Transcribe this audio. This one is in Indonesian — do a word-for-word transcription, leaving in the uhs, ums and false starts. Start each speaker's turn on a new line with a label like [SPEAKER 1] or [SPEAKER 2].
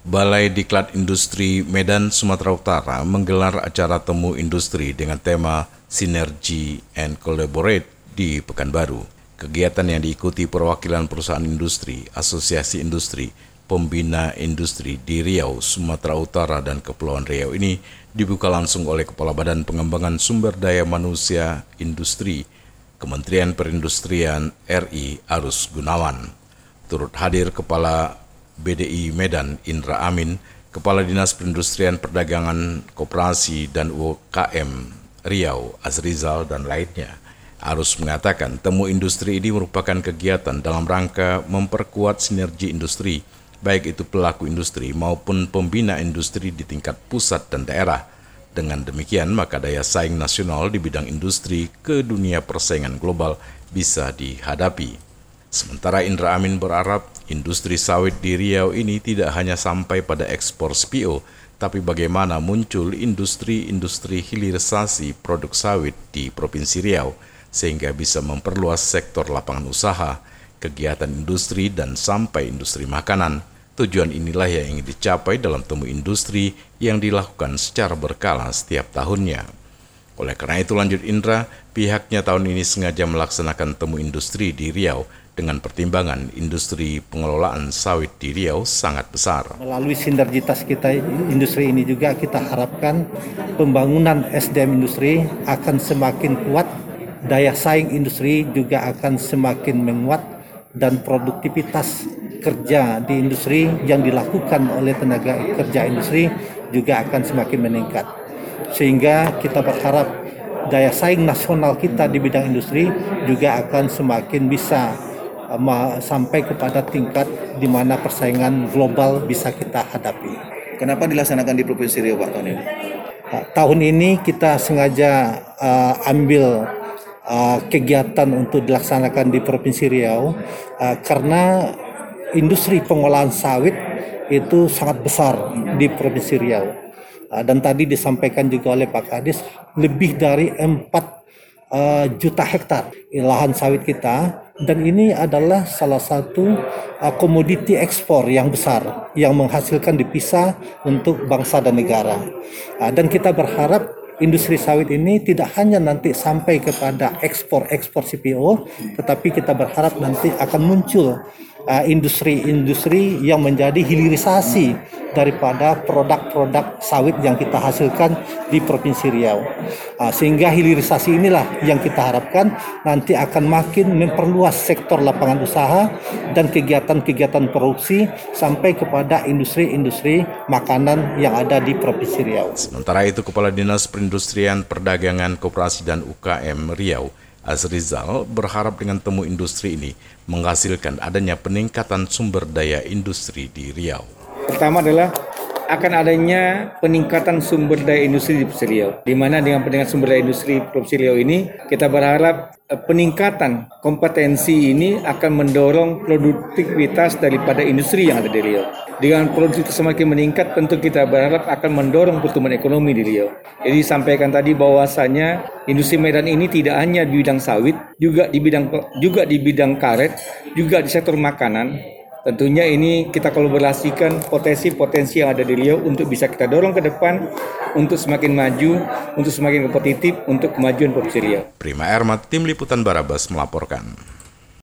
[SPEAKER 1] Balai Diklat Industri Medan, Sumatera Utara menggelar acara temu industri dengan tema Synergy and Collaborate di Pekanbaru. Kegiatan yang diikuti perwakilan perusahaan industri, asosiasi industri, pembina industri di Riau, Sumatera Utara, dan Kepulauan Riau ini dibuka langsung oleh Kepala Badan Pengembangan Sumber Daya Manusia Industri, Kementerian Perindustrian R I, Arus Gunawan. Turut hadir Kepala B D I Medan, Indra Amin, Kepala Dinas Perindustrian Perdagangan Koperasi dan U K M Riau, Azrizal, dan lainnya. Arus mengatakan temu industri ini merupakan kegiatan dalam rangka memperkuat sinergi industri, baik itu pelaku industri maupun pembina industri di tingkat pusat dan daerah. Dengan demikian, maka daya saing nasional di bidang industri ke dunia persaingan global bisa dihadapi. Sementara Indra Amin berharap industri sawit di Riau ini tidak hanya sampai pada ekspor C P O, tapi bagaimana muncul industri-industri hilirisasi produk sawit di Provinsi Riau, sehingga bisa memperluas sektor lapangan usaha, kegiatan industri, dan sampai industri makanan. Tujuan inilah yang ingin dicapai dalam temu industri yang dilakukan secara berkala setiap tahunnya. Oleh karena itu, lanjut Indra, pihaknya tahun ini sengaja melaksanakan temu industri di Riau dengan pertimbangan industri pengelolaan sawit di Riau sangat besar.
[SPEAKER 2] Melalui sinergitas kita industri ini juga kita harapkan pembangunan S D M industri akan semakin kuat, daya saing industri juga akan semakin menguat, dan produktivitas kerja di industri yang dilakukan oleh tenaga kerja industri juga akan semakin meningkat. Sehingga kita berharap daya saing nasional kita di bidang industri juga akan semakin bisa uh, sampai kepada tingkat di mana persaingan global bisa kita hadapi.
[SPEAKER 3] Kenapa dilaksanakan di Provinsi Riau, Pak, tahun ini?
[SPEAKER 2] Nah, tahun ini kita sengaja uh, ambil uh, kegiatan untuk dilaksanakan di Provinsi Riau uh, karena industri pengolahan sawit itu sangat besar di Provinsi Riau. Dan tadi disampaikan juga oleh Pak Kadis, lebih dari empat uh, juta hektar lahan sawit kita, dan ini adalah salah satu uh, komoditi ekspor yang besar yang menghasilkan devisa untuk bangsa dan negara. Uh, dan kita berharap industri sawit ini tidak hanya nanti sampai kepada ekspor-ekspor C P O, tetapi kita berharap nanti akan muncul uh, industri-industri yang menjadi hilirisasi daripada produk-produk sawit yang kita hasilkan di Provinsi Riau. Uh, sehingga hilirisasi inilah yang kita harapkan nanti akan makin memperluas sektor lapangan usaha dan kegiatan-kegiatan produksi sampai kepada industri-industri makanan yang ada di Provinsi Riau.
[SPEAKER 1] Sementara itu, Kepala Dinas Perindustrian Perdagangan Koperasi dan U K M Riau, Azrizal, berharap dengan temu industri ini menghasilkan adanya peningkatan sumber daya industri di Riau.
[SPEAKER 4] Pertama adalah akan adanya peningkatan sumber daya industri di Provinsi Riau, di mana dengan peningkatan sumber daya industri Provinsi Riau ini, kita berharap peningkatan kompetensi ini akan mendorong produktivitas daripada industri yang ada di Riau. Dengan produktivitas semakin meningkat, tentu kita berharap akan mendorong pertumbuhan ekonomi di Riau. Jadi sampaikan tadi bahwasanya industri Medan ini tidak hanya di bidang sawit, juga di bidang juga di bidang karet, juga di sektor makanan. Tentunya ini kita kolaborasikan potensi-potensi yang ada di Riau untuk bisa kita dorong ke depan untuk semakin maju, untuk semakin kompetitif untuk kemajuan Provinsi Riau.
[SPEAKER 1] Prima Ermat, Tim Liputan Barabas melaporkan.